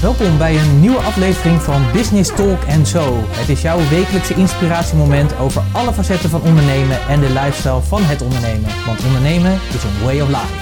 Welkom bij een nieuwe aflevering van Business Talk & Zo. Het is jouw wekelijkse inspiratiemoment over alle facetten van ondernemen en de lifestyle van het ondernemen. Want ondernemen is een way of life.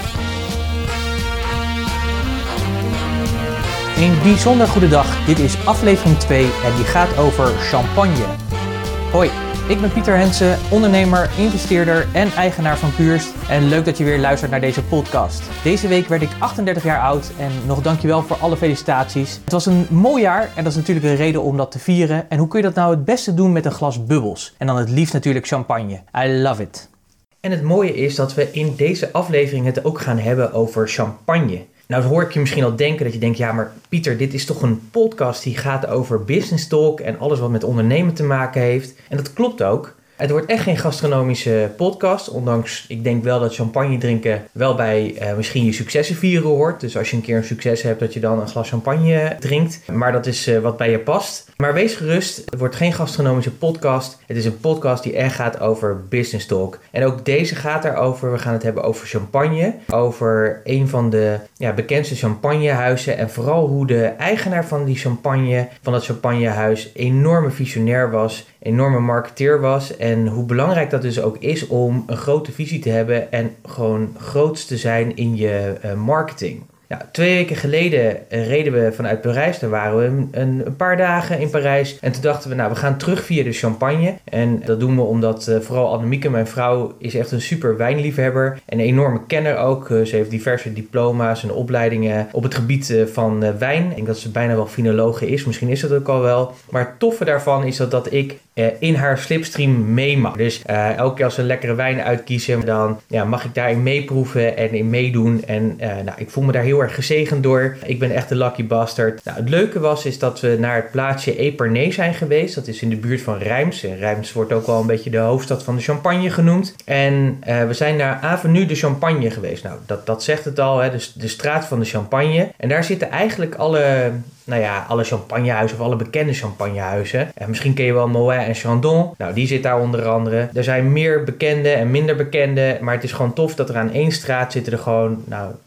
Een bijzonder goede dag. Dit is aflevering 2 en die gaat over champagne. Hoi. Ik ben Pieter Hensen, ondernemer, investeerder en eigenaar van Puurst. En leuk dat je weer luistert naar deze podcast. Deze week werd ik 38 jaar oud en nog dankjewel voor alle felicitaties. Het was een mooi jaar en dat is natuurlijk een reden om dat te vieren. En hoe kun je dat nou het beste doen met een glas bubbels? En dan het liefst natuurlijk champagne. I love it. En het mooie is dat we in deze aflevering het ook gaan hebben over champagne. Nou hoor ik je misschien al denken dat je denkt, ja maar Pieter, dit is toch een podcast die gaat over business talk en alles wat met ondernemen te maken heeft. En dat klopt ook. Het wordt echt geen gastronomische podcast, ondanks ik denk wel dat champagne drinken wel bij misschien je successen vieren hoort. Dus als je een keer een succes hebt dat je dan een glas champagne drinkt. Maar dat is wat bij je past. Maar wees gerust, het wordt geen gastronomische podcast. Het is een podcast die echt gaat over business talk. En ook deze gaat daarover. We gaan het hebben over champagne. Over een van de bekendste champagnehuizen. En vooral hoe de eigenaar van die champagne, van dat champagnehuis, enorme visionair was. Enorme marketeer was. En hoe belangrijk dat dus ook is om een grote visie te hebben. En gewoon groots te zijn in je marketing. Ja, 2 weken geleden reden we vanuit Parijs. Daar waren we een paar dagen in Parijs. En toen dachten we, we gaan terug via de champagne. En dat doen we omdat vooral Annemieke, mijn vrouw, is echt een super wijnliefhebber. En een enorme kenner ook. Ze heeft diverse diploma's en opleidingen op het gebied van wijn. Ik denk dat ze bijna wel finologe is. Misschien is dat ook al wel. Maar het toffe daarvan is dat ik in haar slipstream mee mag. Dus elke keer als ze een lekkere wijn uitkiezen, dan mag ik daarin meeproeven en in meedoen. En ik voel me daar heel erg gezegend door. Ik ben echt een lucky bastard. Het leuke is dat we naar het plaatsje Épernay zijn geweest. Dat is in de buurt van Reims. En Reims wordt ook wel een beetje de hoofdstad van de champagne genoemd. En we zijn naar Avenue de Champagne geweest. Nou, dat zegt het al, hè? Dus de straat van de champagne. En daar zitten eigenlijk alle champagnehuizen of alle bekende champagnehuizen. Misschien ken je wel Moët en Chandon. Nou, die zit daar onder andere. Er zijn meer bekende en minder bekende. Maar het is gewoon tof dat er aan 1 straat zitten er gewoon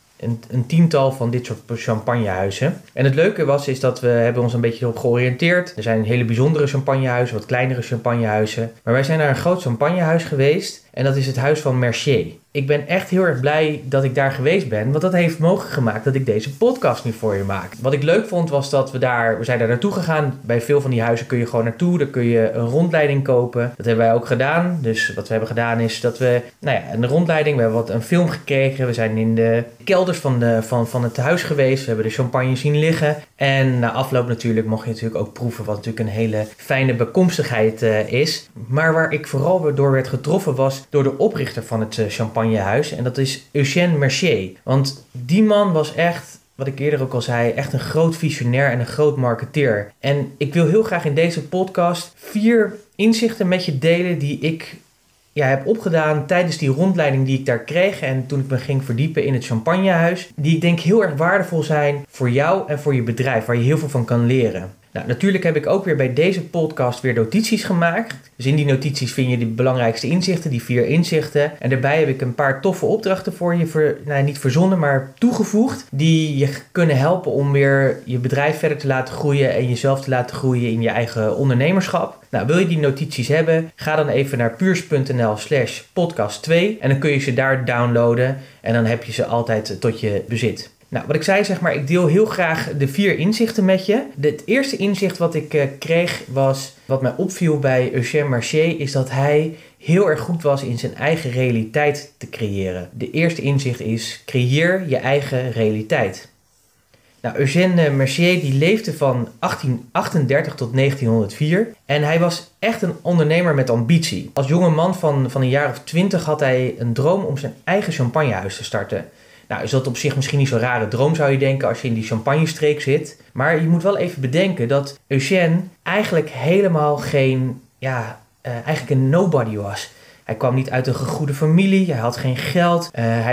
een tiental van dit soort champagnehuizen. En het leuke is dat we hebben ons een beetje op georiënteerd. Er zijn hele bijzondere champagnehuizen, wat kleinere champagnehuizen. Maar wij zijn naar een groot champagnehuis geweest. En dat is het huis van Mercier. Ik ben echt heel erg blij dat ik daar geweest ben. Want dat heeft mogelijk gemaakt dat ik deze podcast nu voor je maak. Wat ik leuk vond was dat we zijn daar naartoe gegaan. Bij veel van die huizen kun je gewoon naartoe. Daar kun je een rondleiding kopen. Dat hebben wij ook gedaan. Dus wat we hebben gedaan is dat we een rondleiding. We hebben een film gekregen. We zijn in de kelders van het huis geweest. We hebben de champagne zien liggen. En na afloop natuurlijk mocht je natuurlijk ook proeven. Wat natuurlijk een hele fijne bijkomstigheid is. Maar waar ik vooral door werd getroffen was door de oprichter van het champagnehuis. En dat is Eugène Mercier. Want die man was echt, wat ik eerder ook al zei, echt een groot visionair en een groot marketeer. En ik wil heel graag in deze podcast 4 inzichten met je delen die ik heb opgedaan tijdens die rondleiding die ik daar kreeg. En toen ik me ging verdiepen in het champagnehuis. Die ik denk heel erg waardevol zijn voor jou en voor je bedrijf. Waar je heel veel van kan leren. Nou, natuurlijk heb ik ook weer bij deze podcast weer notities gemaakt. Dus in die notities vind je de belangrijkste inzichten, die 4 inzichten. En daarbij heb ik een paar toffe opdrachten voor je, niet verzonnen, maar toegevoegd. Die je kunnen helpen om weer je bedrijf verder te laten groeien en jezelf te laten groeien in je eigen ondernemerschap. Nou, wil je die notities hebben? Ga dan even naar puurs.nl/podcast2 en dan kun je ze daar downloaden en dan heb je ze altijd tot je bezit. Nou, wat ik zei, ik deel heel graag de 4 inzichten met je. Het eerste inzicht wat ik kreeg was, wat mij opviel bij Eugène Mercier, is dat hij heel erg goed was in zijn eigen realiteit te creëren. De eerste inzicht is, creëer je eigen realiteit. Nou, Eugène Mercier die leefde van 1838 tot 1904 en hij was echt een ondernemer met ambitie. Als jonge man van een jaar of 20 had hij een droom om zijn eigen champagnehuis te starten. Nou, is dat op zich misschien niet zo'n rare droom, zou je denken, als je in die champagnestreek zit. Maar je moet wel even bedenken dat Eugène eigenlijk helemaal eigenlijk een nobody was. Hij kwam niet uit een gegoede familie, hij had geen geld,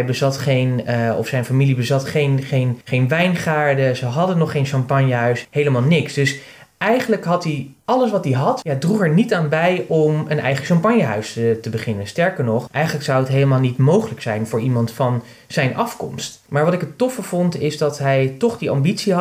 zijn familie bezat geen wijngaarden, ze hadden nog geen champagnehuis, helemaal niks. Dus eigenlijk had hij alles wat hij had, droeg er niet aan bij om een eigen champagnehuis te beginnen. Sterker nog, eigenlijk zou het helemaal niet mogelijk zijn voor iemand van zijn afkomst. Maar wat ik het toffe vond is dat hij toch die ambitie had.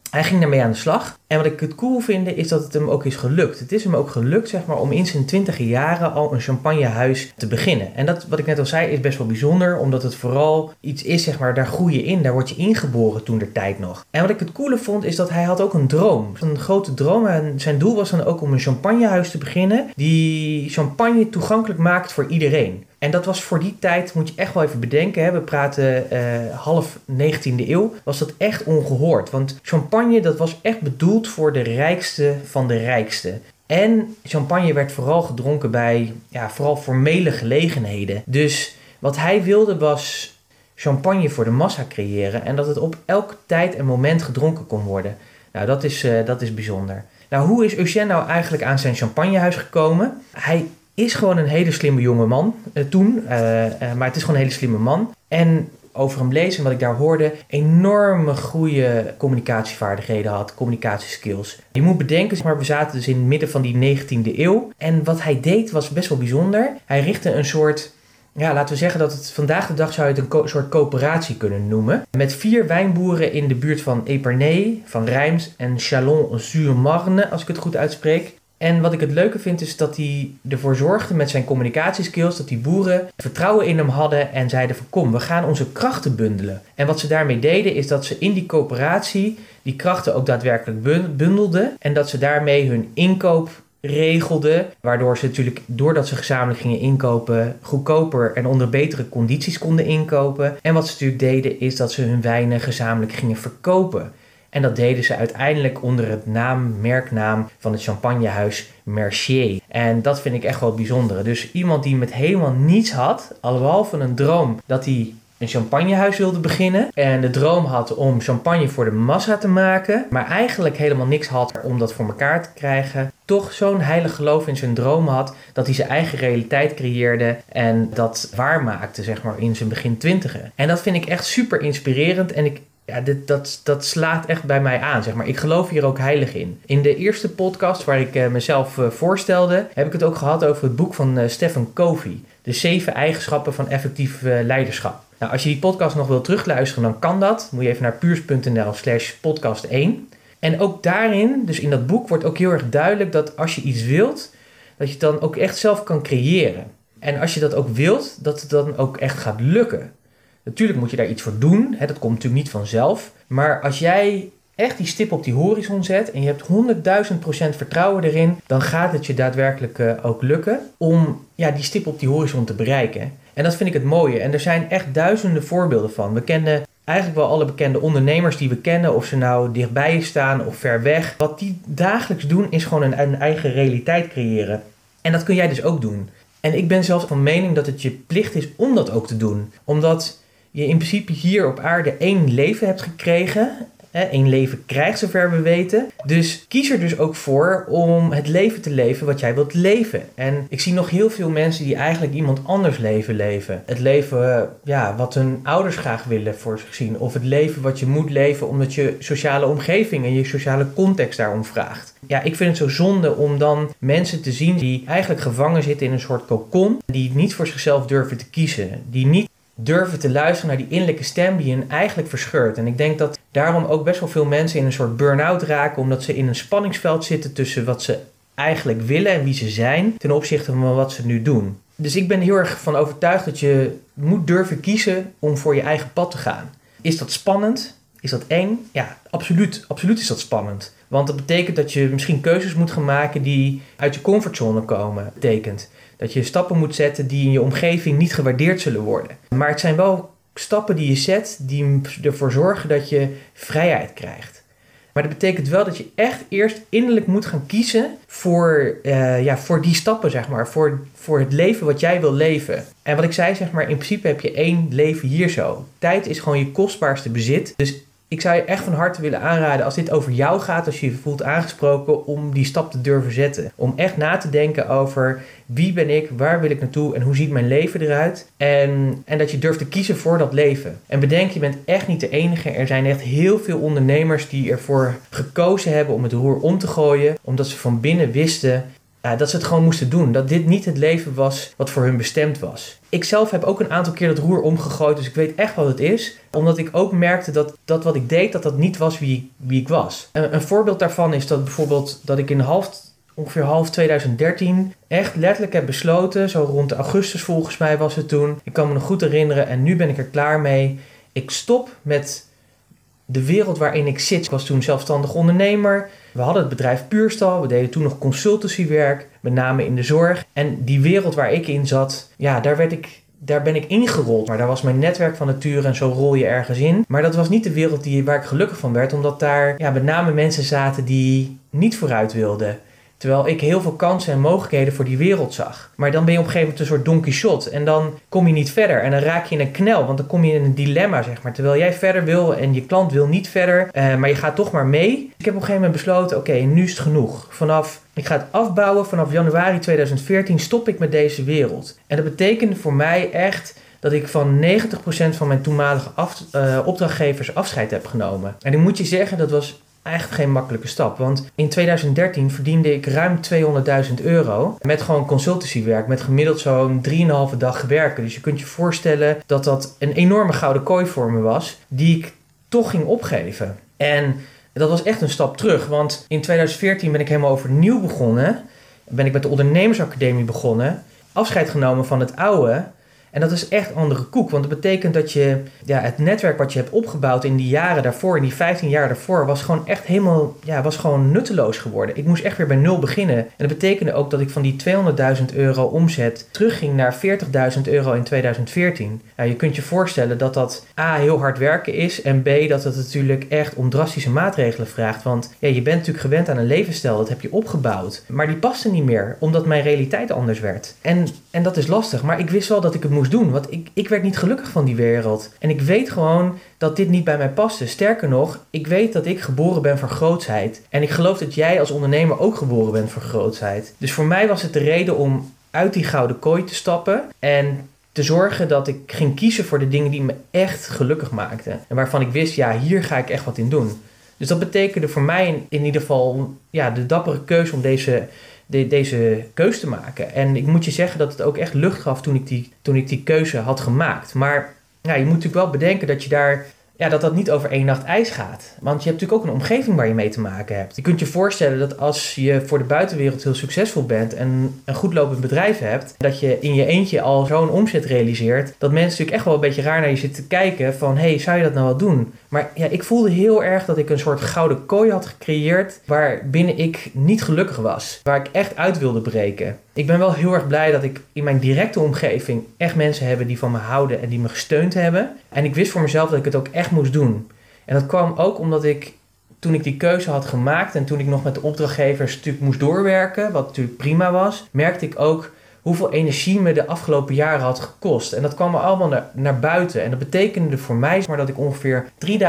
Hij ging daarmee aan de slag. En wat ik het cool vind is dat het hem ook is gelukt. Het is hem ook gelukt, zeg maar, om in zijn 20 jaren al een champagnehuis te beginnen. En dat, wat ik net al zei, is best wel bijzonder. Omdat het vooral iets is, zeg maar, daar groei je in. Daar word je ingeboren toen der tijd nog. En wat ik het coole vond, is dat hij had ook een droom. Een grote droom. En zijn doel was dan ook om een champagnehuis te beginnen. Die champagne toegankelijk maakt voor iedereen. En dat was voor die tijd, moet je echt wel even bedenken, hè, we praten half 19e eeuw, was dat echt ongehoord. Want champagne, dat was echt bedoeld voor de rijkste van de rijkste. En champagne werd vooral gedronken bij, vooral formele gelegenheden. Dus wat hij wilde was champagne voor de massa creëren en dat het op elk tijd en moment gedronken kon worden. Nou, dat is bijzonder. Nou, hoe is Eugène nou eigenlijk aan zijn champagnehuis gekomen? Hij is gewoon een hele slimme jonge man toen, maar het is gewoon een hele slimme man. En over hem lezen, wat ik daar hoorde, enorme goede communicatievaardigheden had, communicatieskills. Je moet bedenken, maar we zaten dus in het midden van die 19e eeuw. En wat hij deed was best wel bijzonder. Hij richtte een soort, laten we zeggen dat het vandaag de dag zou je het een soort coöperatie kunnen noemen. Met 4 wijnboeren in de buurt van Épernay, van Reims en Chalon-sur-Marne, als ik het goed uitspreek. En wat ik het leuke vind is dat hij ervoor zorgde met zijn communicatieskills dat die boeren vertrouwen in hem hadden en zeiden van kom, we gaan onze krachten bundelen. En wat ze daarmee deden is dat ze in die coöperatie die krachten ook daadwerkelijk bundelden en dat ze daarmee hun inkoop regelden, waardoor ze natuurlijk, doordat ze gezamenlijk gingen inkopen, goedkoper en onder betere condities konden inkopen. En wat ze natuurlijk deden is dat ze hun wijnen gezamenlijk gingen verkopen. En dat deden ze uiteindelijk onder het merknaam van het champagnehuis Mercier. En dat vind ik echt wel bijzonder. Dus iemand die met helemaal niets had, behalve een droom dat hij een champagnehuis wilde beginnen. En de droom had om champagne voor de massa te maken. Maar eigenlijk helemaal niks had om dat voor elkaar te krijgen. Toch zo'n heilig geloof in zijn droom had dat hij zijn eigen realiteit creëerde. En dat waarmaakte, zeg maar, in zijn begin 20e. En dat vind ik echt super inspirerend. En dat slaat echt bij mij aan, zeg maar. Ik geloof hier ook heilig in. In de eerste podcast waar ik mezelf voorstelde, heb ik het ook gehad over het boek van Stephen Covey. De 7 eigenschappen van effectief leiderschap. Nou, als je die podcast nog wilt terugluisteren, dan kan dat. Moet je even naar puurs.nl/podcast 1. En ook daarin, dus in dat boek, wordt ook heel erg duidelijk dat als je iets wilt, dat je het dan ook echt zelf kan creëren. En als je dat ook wilt, dat het dan ook echt gaat lukken. Natuurlijk moet je daar iets voor doen. Dat komt natuurlijk niet vanzelf. Maar als jij echt die stip op die horizon zet en je hebt 100.000% vertrouwen erin, dan gaat het je daadwerkelijk ook lukken om die stip op die horizon te bereiken. En dat vind ik het mooie. En er zijn echt duizenden voorbeelden van. We kennen eigenlijk wel alle bekende ondernemers die we kennen, of ze nou dichtbij je staan of ver weg. Wat die dagelijks doen is gewoon een eigen realiteit creëren. En dat kun jij dus ook doen. En ik ben zelfs van mening dat het je plicht is om dat ook te doen. Omdat je in principe hier op aarde 1 leven hebt gekregen. 1 leven krijgt, zover we weten. Dus kies er dus ook voor om het leven te leven wat jij wilt leven. En ik zie nog heel veel mensen die eigenlijk iemand anders leven. Het leven wat hun ouders graag willen voor zich zien. Of het leven wat je moet leven omdat je sociale omgeving en je sociale context daarom vraagt. Ja, ik vind het zo zonde om dan mensen te zien die eigenlijk gevangen zitten in een soort cocon. Die niet voor zichzelf durven te kiezen. Die niet durven te luisteren naar die innerlijke stem die hen eigenlijk verscheurt. En ik denk dat daarom ook best wel veel mensen in een soort burn-out raken, omdat ze in een spanningsveld zitten tussen wat ze eigenlijk willen en wie ze zijn, ten opzichte van wat ze nu doen. Dus ik ben heel erg van overtuigd dat je moet durven kiezen om voor je eigen pad te gaan. Is dat spannend? Is dat eng? Ja, absoluut. Absoluut is dat spannend. Want dat betekent dat je misschien keuzes moet gaan maken die uit je comfortzone komen. Dat betekent dat je stappen moet zetten die in je omgeving niet gewaardeerd zullen worden. Maar het zijn wel stappen die je zet die ervoor zorgen dat je vrijheid krijgt. Maar dat betekent wel dat je echt eerst innerlijk moet gaan kiezen voor die stappen, zeg maar. Voor het leven wat jij wil leven. En wat ik zei, zeg maar, in principe heb je 1 leven hier zo. Tijd is gewoon je kostbaarste bezit. Dus ik zou je echt van harte willen aanraden, als dit over jou gaat, als je je voelt aangesproken, om die stap te durven zetten. Om echt na te denken over wie ben ik, waar wil ik naartoe en hoe ziet mijn leven eruit. En dat je durft te kiezen voor dat leven. En bedenk, je bent echt niet de enige. Er zijn echt heel veel ondernemers die ervoor gekozen hebben om het roer om te gooien. Omdat ze van binnen wisten, dat ze het gewoon moesten doen. Dat dit niet het leven was wat voor hun bestemd was. Ik zelf heb ook een aantal keer dat roer omgegooid, dus ik weet echt wat het is. Omdat ik ook merkte dat wat ik deed, dat niet was wie ik was. Een voorbeeld daarvan is dat bijvoorbeeld dat ik in ongeveer half 2013 echt letterlijk heb besloten, zo rond augustus volgens mij was het toen. Ik kan me nog goed herinneren en nu ben ik er klaar mee. Ik stop met de wereld waarin ik zit. Ik was toen zelfstandig ondernemer. We hadden het bedrijf Puurstal. We deden toen nog consultancywerk, met name in de zorg. En die wereld waar ik in zat, daar ben ik ingerold. Maar daar was mijn netwerk van nature en zo rol je ergens in. Maar dat was niet de wereld waar ik gelukkig van werd, omdat daar met name mensen zaten die niet vooruit wilden. Terwijl ik heel veel kansen en mogelijkheden voor die wereld zag. Maar dan ben je op een gegeven moment een soort Don Quixote. En dan kom je niet verder. En dan raak je in een knel. Want dan kom je in een dilemma, zeg maar. Terwijl jij verder wil en je klant wil niet verder. Maar je gaat toch maar mee. Ik heb op een gegeven moment besloten, oké, nu is het genoeg. Ik ga het afbouwen. Vanaf januari 2014 stop ik met deze wereld. En dat betekende voor mij echt dat ik van 90% van mijn toenmalige opdrachtgevers afscheid heb genomen. En ik moet je zeggen, dat was echt geen makkelijke stap. Want in 2013 verdiende ik ruim €200.000 met gewoon consultancywerk. Met gemiddeld zo'n 3,5 dag werken. Dus je kunt je voorstellen dat dat een enorme gouden kooi voor me was. Die ik toch ging opgeven. En dat was echt een stap terug. Want in 2014 ben ik helemaal overnieuw begonnen. Ben ik met de ondernemersacademie begonnen. Afscheid genomen van het oude. En dat is echt andere koek, want dat betekent dat je het netwerk wat je hebt opgebouwd in die jaren daarvoor, in die 15 jaar daarvoor, was gewoon echt helemaal, was gewoon nutteloos geworden. Ik moest echt weer bij nul beginnen. En dat betekende ook dat ik van die €200.000 omzet terugging naar €40.000 in 2014. Nou, je kunt je voorstellen dat dat A, heel hard werken is en B, dat het natuurlijk echt om drastische maatregelen vraagt. Want je bent natuurlijk gewend aan een levensstijl, dat heb je opgebouwd. Maar die paste niet meer, omdat mijn realiteit anders werd. En dat is lastig, maar ik wist wel dat ik het moest doen, want ik werd niet gelukkig van die wereld. En ik weet gewoon dat dit niet bij mij paste. Sterker nog, ik weet dat ik geboren ben voor grootsheid. En ik geloof dat jij als ondernemer ook geboren bent voor grootsheid. Dus voor mij was het de reden om uit die gouden kooi te stappen en te zorgen dat ik ging kiezen voor de dingen die me echt gelukkig maakten. En waarvan ik wist, hier ga ik echt wat in doen. Dus dat betekende voor mij in ieder geval de dappere keuze om deze keus te maken. En ik moet je zeggen dat het ook echt lucht gaf toen ik die keuze had gemaakt. Maar je moet natuurlijk wel bedenken dat je dat niet over één nacht ijs gaat. Want je hebt natuurlijk ook een omgeving waar je mee te maken hebt. Je kunt je voorstellen dat als je voor de buitenwereld heel succesvol bent en een goed lopend bedrijf hebt, dat je in je eentje al zo'n omzet realiseert, dat mensen natuurlijk echt wel een beetje raar naar je zitten kijken van, zou je dat nou wel doen? Maar ik voelde heel erg dat ik een soort gouden kooi had gecreëerd waarbinnen ik niet gelukkig was. Waar ik echt uit wilde breken. Ik ben wel heel erg blij dat ik in mijn directe omgeving echt mensen heb die van me houden en die me gesteund hebben. En ik wist voor mezelf dat ik het ook echt moest doen. En dat kwam ook omdat toen ik die keuze had gemaakt en toen ik nog met de opdrachtgevers natuurlijk moest doorwerken, wat natuurlijk prima was, merkte ik ook hoeveel energie me de afgelopen jaren had gekost. En dat kwam er allemaal naar buiten. En dat betekende voor mij dat ik ongeveer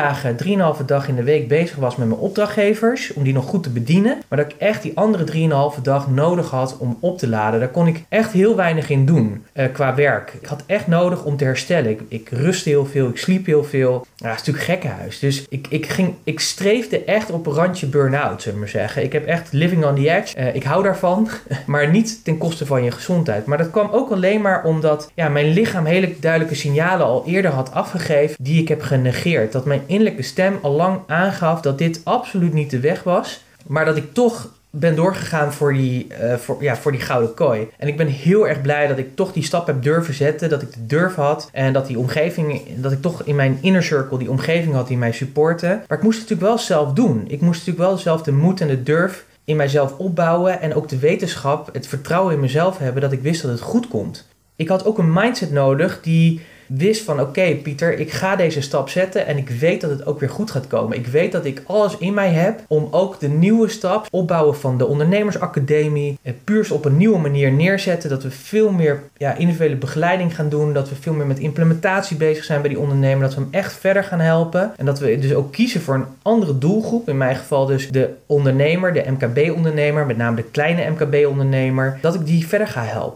3,5 dag in de week bezig was met mijn opdrachtgevers, om die nog goed te bedienen. Maar dat ik echt die andere 3,5 dag nodig had om op te laden. Daar kon ik echt heel weinig in doen qua werk. Ik had echt nodig om te herstellen. Ik rustte heel veel, ik sliep heel veel. Dat is natuurlijk gekkenhuis. Dus ik streefde echt op een randje burn-out, zullen we maar zeggen. Ik heb echt living on the edge. Ik hou daarvan, maar niet ten koste van je gezondheid. Maar dat kwam ook alleen maar omdat mijn lichaam hele duidelijke signalen al eerder had afgegeven die ik heb genegeerd. Dat mijn innerlijke stem al lang aangaf dat dit absoluut niet de weg was. Maar dat ik toch ben doorgegaan voor die gouden kooi. En ik ben heel erg blij dat ik toch die stap heb durven zetten. Dat ik de durf had. En dat dat ik toch in mijn inner circle die omgeving had die mij supportte. Maar ik moest het natuurlijk wel zelf doen. Ik moest natuurlijk wel zelf de moed en de durf in mijzelf opbouwen en ook de wetenschap, het vertrouwen in mezelf hebben dat ik wist dat het goed komt. Ik had ook een mindset nodig die wist van oké, Pieter, ik ga deze stap zetten en ik weet dat het ook weer goed gaat komen. Ik weet dat ik alles in mij heb om ook de nieuwe stap, opbouwen van de ondernemersacademie, Puurs op een nieuwe manier neerzetten, dat we veel meer individuele begeleiding gaan doen, dat we veel meer met implementatie bezig zijn bij die ondernemer, dat we hem echt verder gaan helpen en dat we dus ook kiezen voor een andere doelgroep, in mijn geval dus de ondernemer, de MKB-ondernemer, met name de kleine MKB-ondernemer, dat ik die verder ga helpen.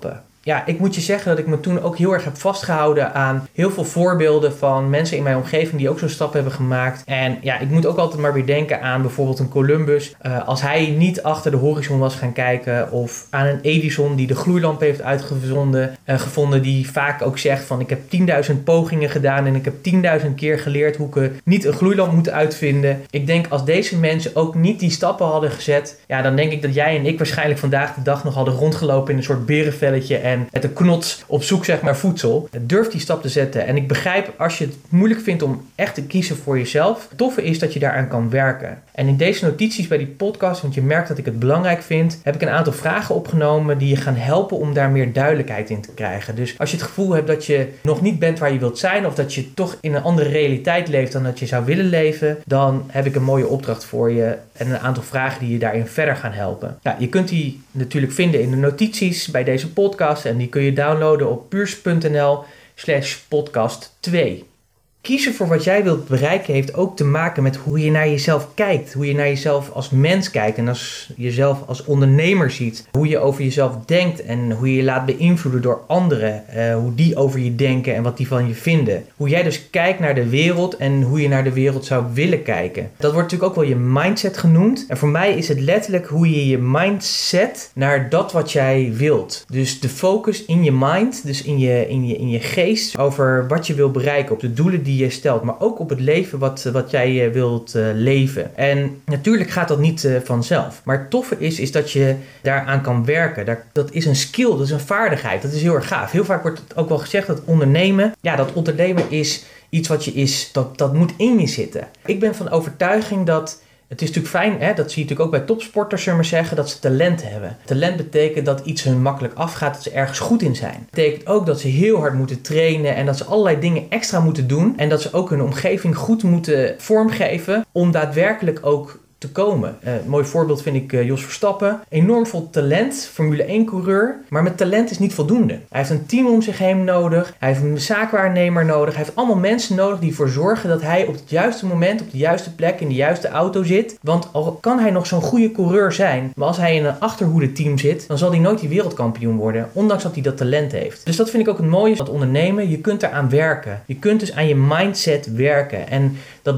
ik moet je zeggen dat ik me toen ook heel erg heb vastgehouden aan heel veel voorbeelden van mensen in mijn omgeving die ook zo'n stap hebben gemaakt. En ik moet ook altijd maar weer denken aan bijvoorbeeld een Columbus. Als hij niet achter de horizon was gaan kijken, of aan een Edison die de gloeilamp heeft gevonden, die vaak ook zegt van ik heb 10.000 pogingen gedaan en ik heb 10.000 keer geleerd hoe ik niet een gloeilamp moet uitvinden. Ik denk als deze mensen ook niet die stappen hadden gezet, dan denk ik dat jij en ik waarschijnlijk vandaag de dag nog hadden rondgelopen in een soort berenvelletje en met een knots op zoek naar voedsel. Durf die stap te zetten. En ik begrijp als je het moeilijk vindt om echt te kiezen voor jezelf, het toffe is dat je daaraan kan werken. En in deze notities bij die podcast, want je merkt dat ik het belangrijk vind, heb ik een aantal vragen opgenomen die je gaan helpen om daar meer duidelijkheid in te krijgen. Dus als je het gevoel hebt dat je nog niet bent waar je wilt zijn, of dat je toch in een andere realiteit leeft dan dat je zou willen leven, dan heb ik een mooie opdracht voor je en een aantal vragen die je daarin verder gaan helpen. Je kunt die natuurlijk vinden in de notities bij deze podcast en die kun je downloaden op puurs.nl/podcast2. Kiezen voor wat jij wilt bereiken heeft ook te maken met hoe je naar jezelf kijkt. Hoe je naar jezelf als mens kijkt en als jezelf als ondernemer ziet. Hoe je over jezelf denkt en hoe je je laat beïnvloeden door anderen. Hoe die over je denken en wat die van je vinden. Hoe jij dus kijkt naar de wereld en hoe je naar de wereld zou willen kijken. Dat wordt natuurlijk ook wel je mindset genoemd. En voor mij is het letterlijk hoe je je mindset naar dat wat jij wilt. Dus de focus in je mind, dus in je geest over wat je wil bereiken. Op de doelen die je stelt, maar ook op het leven wat jij wilt leven. En natuurlijk gaat dat niet vanzelf. Maar het toffe is dat je daaraan kan werken. Dat is een skill, dat is een vaardigheid. Dat is heel erg gaaf. Heel vaak wordt het ook wel gezegd dat ondernemen is iets wat je is, dat moet in je zitten. Ik ben van overtuiging dat het is natuurlijk fijn, dat zie je natuurlijk ook bij topsporters, zullen we maar zeggen, dat ze talent hebben. Talent betekent dat iets hun makkelijk afgaat, dat ze ergens goed in zijn. Het betekent ook dat ze heel hard moeten trainen en dat ze allerlei dingen extra moeten doen. En dat ze ook hun omgeving goed moeten vormgeven om daadwerkelijk ook te komen. Een mooi voorbeeld vind ik Jos Verstappen. Enorm veel talent, Formule 1 coureur, maar met talent is niet voldoende. Hij heeft een team om zich heen nodig, hij heeft een zaakwaarnemer nodig, hij heeft allemaal mensen nodig die ervoor zorgen dat hij op het juiste moment, op de juiste plek, in de juiste auto zit. Want al kan hij nog zo'n goede coureur zijn, maar als hij in een achterhoede team zit, dan zal hij nooit die wereldkampioen worden, ondanks dat hij dat talent heeft. Dus dat vind ik ook het mooie van het ondernemen. Je kunt eraan werken. Je kunt dus aan je mindset werken. En dat,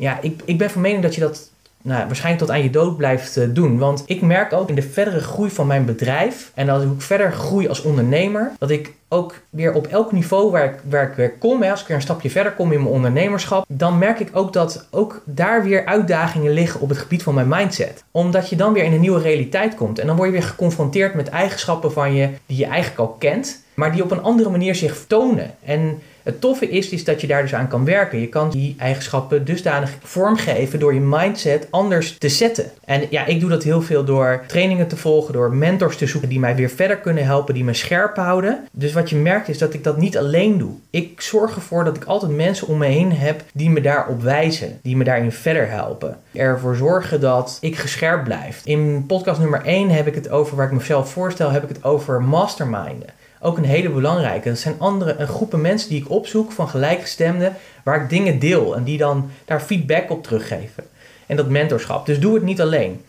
ik ben van mening dat je dat waarschijnlijk tot aan je dood blijft doen. Want ik merk ook in de verdere groei van mijn bedrijf en als ik verder groei als ondernemer, dat ik ook weer op elk niveau waar ik weer kom, als ik weer een stapje verder kom in mijn ondernemerschap, dan merk ik ook dat ook daar weer uitdagingen liggen op het gebied van mijn mindset. Omdat je dan weer in een nieuwe realiteit komt en dan word je weer geconfronteerd met eigenschappen van je die je eigenlijk al kent, maar die op een andere manier zich tonen. En het toffe is dat je daar dus aan kan werken. Je kan die eigenschappen dusdanig vormgeven door je mindset anders te zetten. En ik doe dat heel veel door trainingen te volgen, door mentors te zoeken die mij weer verder kunnen helpen, die me scherp houden. Dus wat je merkt is dat ik dat niet alleen doe. Ik zorg ervoor dat ik altijd mensen om me heen heb die me daarop wijzen, die me daarin verder helpen. Ervoor zorgen dat ik gescherpt blijf. In podcast nummer 1 heb ik het over, waar ik mezelf voorstel, heb ik het over masterminden. Ook een hele belangrijke. Dat zijn groepen mensen die ik opzoek van gelijkgestemden, waar ik dingen deel en die dan daar feedback op teruggeven. En dat mentorschap. Dus doe het niet alleen.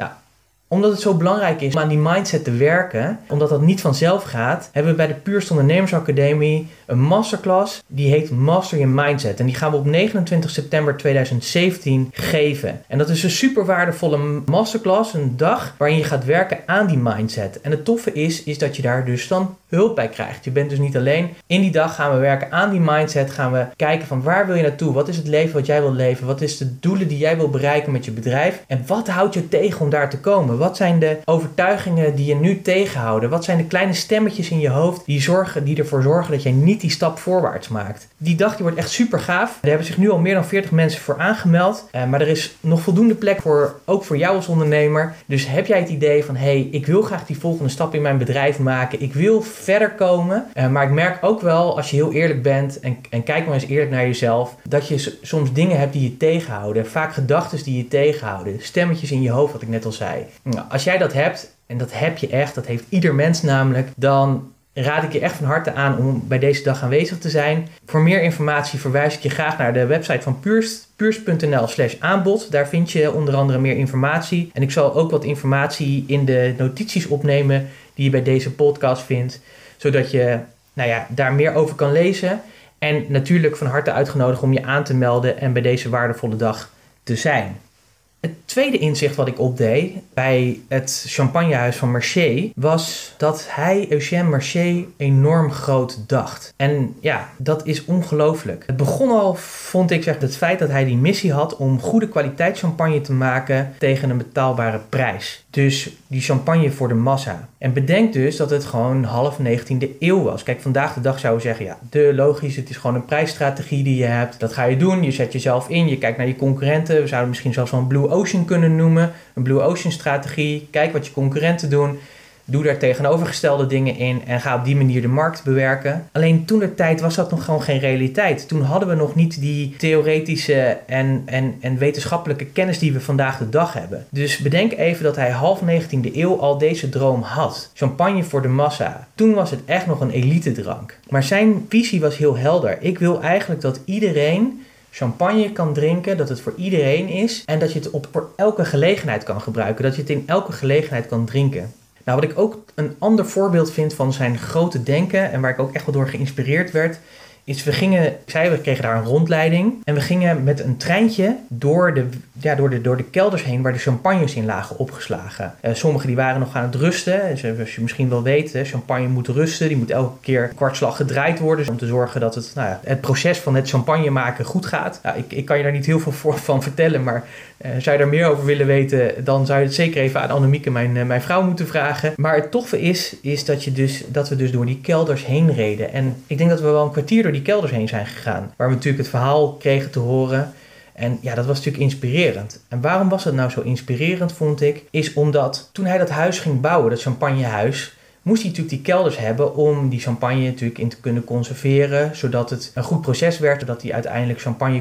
Omdat het zo belangrijk is om aan die mindset te werken, omdat dat niet vanzelf gaat, hebben we bij de Puurst Ondernemersacademie een masterclass die heet Master Your Mindset. En die gaan we op 29 september 2017 geven. En dat is een super waardevolle masterclass, een dag waarin je gaat werken aan die mindset. En het toffe is dat je daar dus dan hulp bij krijgt. Je bent dus niet alleen. In die dag gaan we werken aan die mindset, gaan we kijken van waar wil je naartoe? Wat is het leven wat jij wil leven? Wat is de doelen die jij wil bereiken met je bedrijf? En wat houdt je tegen om daar te komen? Wat zijn de overtuigingen die je nu tegenhouden? Wat zijn de kleine stemmetjes in je hoofd die ervoor zorgen dat jij niet die stap voorwaarts maakt? Die dag die wordt echt super gaaf. Er hebben zich nu al meer dan 40 mensen voor aangemeld. Maar er is nog voldoende plek ook voor jou als ondernemer. Dus heb jij het idee van ik wil graag die volgende stap in mijn bedrijf maken. Ik wil verder komen. Maar ik merk ook wel, als je heel eerlijk bent en kijk maar eens eerlijk naar jezelf, dat je soms dingen hebt die je tegenhouden. Vaak gedachten die je tegenhouden. Stemmetjes in je hoofd, wat ik net al zei. Als jij dat hebt, en dat heb je echt, dat heeft ieder mens namelijk, dan raad ik je echt van harte aan om bij deze dag aanwezig te zijn. Voor meer informatie verwijs ik je graag naar de website van Puurst, puurst.nl/aanbod. Daar vind je onder andere meer informatie. En ik zal ook wat informatie in de notities opnemen die je bij deze podcast vindt, zodat je daar meer over kan lezen. En natuurlijk van harte uitgenodigd om je aan te melden en bij deze waardevolle dag te zijn. Het tweede inzicht wat ik opdeed bij het champagnehuis van Mercier was dat Eugène Mercier, enorm groot dacht. En ja, dat is ongelooflijk. Het begon al, vond ik, het feit dat hij die missie had om goede kwaliteit champagne te maken tegen een betaalbare prijs. Dus die champagne voor de massa. En bedenk dus dat het gewoon half 19e eeuw was. Kijk, vandaag de dag zouden we zeggen, logisch, het is gewoon een prijsstrategie die je hebt. Dat ga je doen, je zet jezelf in, je kijkt naar je concurrenten. We zouden misschien zelfs wel een Blue Ocean kunnen noemen. Een Blue Ocean strategie. Kijk wat je concurrenten doen. Doe daar tegenovergestelde dingen in en ga op die manier de markt bewerken. Alleen toen de tijd was dat nog gewoon geen realiteit. Toen hadden we nog niet die theoretische en wetenschappelijke kennis die we vandaag de dag hebben. Dus bedenk even dat hij half 19e eeuw al deze droom had. Champagne voor de massa. Toen was het echt nog een elite drank. Maar zijn visie was heel helder. Ik wil eigenlijk dat iedereen champagne kan drinken, dat het voor iedereen is en dat je het voor elke gelegenheid kan gebruiken. Dat je het in elke gelegenheid kan drinken. Nou, wat ik ook een ander voorbeeld vind van zijn grote denken en waar ik ook echt wel door geïnspireerd werd, is we kregen daar een rondleiding en we gingen met een treintje door de kelders heen waar de champagnes in lagen opgeslagen. Sommige die waren nog aan het rusten. Zoals je misschien wel weet, champagne moet rusten. Die moet elke keer een kwartslag gedraaid worden om te zorgen dat het proces van het champagne maken goed gaat. Nou, ik kan je daar niet heel veel van vertellen, maar zou je daar meer over willen weten, dan zou je het zeker even aan Annemieke, mijn vrouw, moeten vragen. Maar het toffe is dat we dus door die kelders heen reden. En ik denk dat we wel een kwartier door die kelders heen zijn gegaan. Waar we natuurlijk het verhaal kregen te horen. En ja, dat was natuurlijk inspirerend. En waarom was het nou zo inspirerend, vond ik? Is omdat toen hij dat huis ging bouwen, dat champagnehuis, moest hij natuurlijk die kelders hebben om die champagne natuurlijk in te kunnen conserveren, zodat het een goed proces werd, zodat hij uiteindelijk champagne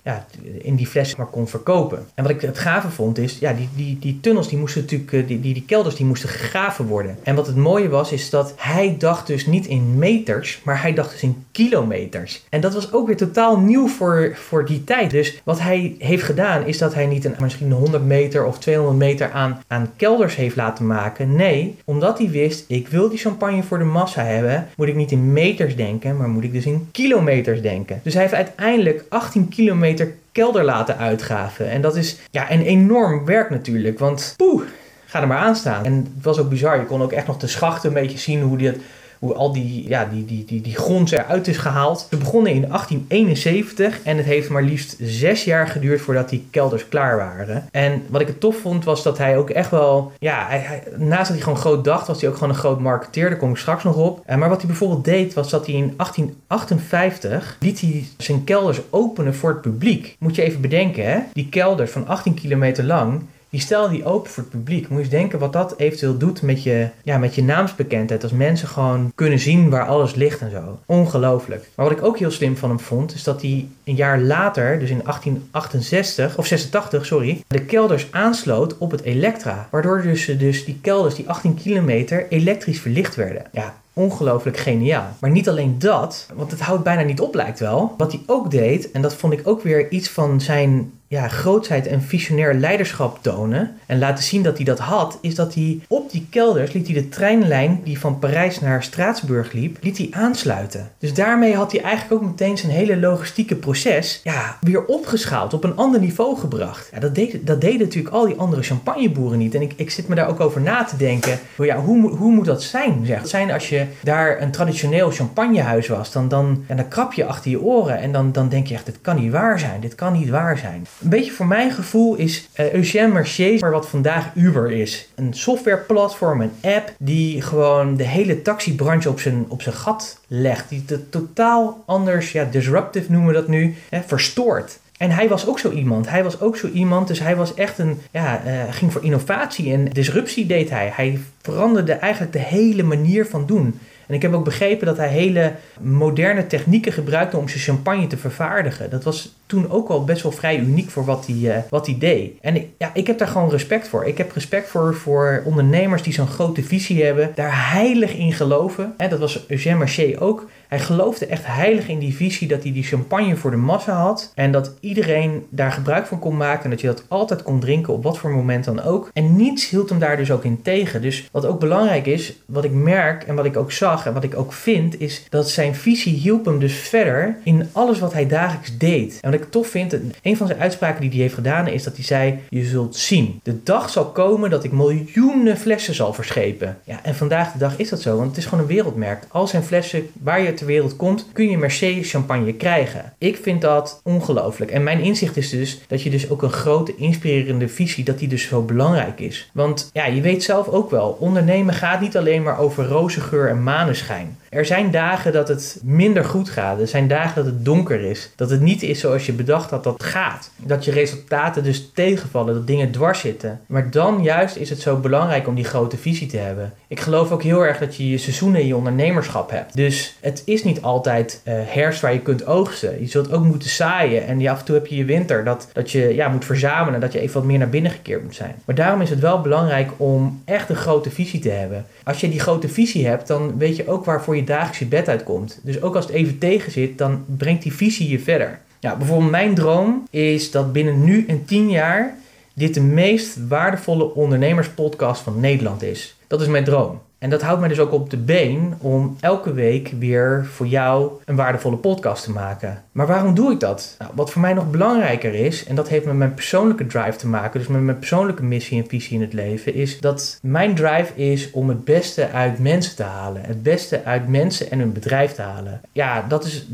in die fles maar kon verkopen. En wat ik het gave vond is, die tunnels die moesten natuurlijk, die kelders die moesten gegraven worden. En wat het mooie was, is dat hij dacht dus niet in meters, maar hij dacht dus in kilometers. En dat was ook weer totaal nieuw voor die tijd. Dus wat hij heeft gedaan, is dat hij niet misschien 100 meter of 200 meter aan kelders heeft laten maken. Nee, omdat hij wist, ik wil die champagne voor de massa hebben, moet ik niet in meters denken, maar moet ik dus in kilometers denken. Dus hij heeft uiteindelijk 18 kilometer kelder laten uitgraven. En dat is een enorm werk natuurlijk, want ga er maar aan staan. En het was ook bizar, je kon ook echt nog de schachten een beetje zien hoe al die grond eruit is gehaald. We begonnen in 1871 en het heeft maar liefst 6 jaar geduurd voordat die kelders klaar waren. En wat ik het tof vond was dat hij ook echt wel, naast dat hij gewoon groot dacht, was hij ook gewoon een groot marketeer. Daar kom ik straks nog op. Maar wat hij bijvoorbeeld deed, was dat hij in 1858 liet hij zijn kelders openen voor het publiek. Moet je even bedenken, hè? Die kelders van 18 kilometer lang, die stelde die open voor het publiek. Moet je eens denken wat dat eventueel doet met je naamsbekendheid. Als mensen gewoon kunnen zien waar alles ligt en zo. Ongelooflijk. Maar wat ik ook heel slim van hem vond, is dat hij een jaar later, dus in 1886, de kelders aansloot op het elektra. Waardoor dus die kelders, die 18 kilometer, elektrisch verlicht werden. Ja, ongelooflijk geniaal. Maar niet alleen dat, want het houdt bijna niet op, lijkt wel. Wat hij ook deed, en dat vond ik ook weer iets van zijn grootsheid en visionair leiderschap tonen en laten zien dat hij dat had, is dat hij op die kelders liet hij de treinlijn die van Parijs naar Straatsburg liep, liet hij aansluiten. Dus daarmee had hij eigenlijk ook meteen zijn hele logistieke proces weer opgeschaald, op een ander niveau gebracht. Ja, dat deden natuurlijk al die andere champagneboeren niet. En ik zit me daar ook over na te denken. Hoe moet dat zijn? Als je daar een traditioneel champagnehuis was, dan krap je achter je oren en dan denk je echt, dit kan niet waar zijn. Dit kan niet waar zijn. Een beetje voor mijn gevoel is Eugène Mercier maar wat vandaag Uber is. Een softwareplatform, een app die gewoon de hele taxibranche op zijn gat legt. Die het totaal anders, disruptive noemen we dat nu, verstoort. En hij was ook zo iemand. Dus hij was echt ging voor innovatie en disruptie deed hij. Hij veranderde eigenlijk de hele manier van doen. En ik heb ook begrepen dat hij hele moderne technieken gebruikte om zijn champagne te vervaardigen. Dat was toen ook al best wel vrij uniek voor wat hij deed. En ik heb daar gewoon respect voor. Ik heb respect voor ondernemers die zo'n grote visie hebben, daar heilig in geloven. En dat was Eugène Mercier ook. Hij geloofde echt heilig in die visie dat hij die champagne voor de massa had. En dat iedereen daar gebruik van kon maken. En dat je dat altijd kon drinken op wat voor moment dan ook. En niets hield hem daar dus ook in tegen. Dus wat ook belangrijk is, wat ik merk en wat ik ook zag en wat ik ook vind, is dat zijn visie hielp hem dus verder in alles wat hij dagelijks deed. En wat ik tof vind, een van zijn uitspraken die hij heeft gedaan is dat hij zei, je zult zien. De dag zal komen dat ik miljoenen flessen zal verschepen. Ja, en vandaag de dag is dat zo, want het is gewoon een wereldmerk. Al zijn flessen, waar je ter wereld komt, kun je Mercier champagne krijgen. Ik vind dat ongelooflijk. En mijn inzicht is dus dat je dus ook een grote, inspirerende visie, dat die dus zo belangrijk is. Want ja, je weet zelf ook wel, ondernemen gaat niet alleen maar over roze geur en maneschijn. Er zijn dagen dat het minder goed gaat. Er zijn dagen dat het donker is. Dat het niet is zoals je bedacht had dat het gaat. Dat je resultaten dus tegenvallen. Dat dingen dwars zitten. Maar dan juist is het zo belangrijk om die grote visie te hebben. Ik geloof ook heel erg dat je je seizoenen in je ondernemerschap hebt. Dus het is niet altijd herfst waar je kunt oogsten. Je zult ook moeten zaaien. En af en toe heb je je winter. Dat je moet verzamelen. Dat je even wat meer naar binnen gekeerd moet zijn. Maar daarom is het wel belangrijk om echt een grote visie te hebben. Als je die grote visie hebt, dan weet je ook waarvoor je dagelijks je bed uitkomt. Dus ook als het even tegen zit, dan brengt die visie je verder. Ja, bijvoorbeeld mijn droom is dat binnen nu en 10 jaar dit de meest waardevolle ondernemerspodcast van Nederland is. Dat is mijn droom. En dat houdt mij dus ook op de been om elke week weer voor jou een waardevolle podcast te maken. Maar waarom doe ik dat? Nou, wat voor mij nog belangrijker is, en dat heeft met mijn persoonlijke drive te maken, dus met mijn persoonlijke missie en visie in het leven, is dat mijn drive is om het beste uit mensen te halen. Het beste uit mensen en hun bedrijf te halen. Ja,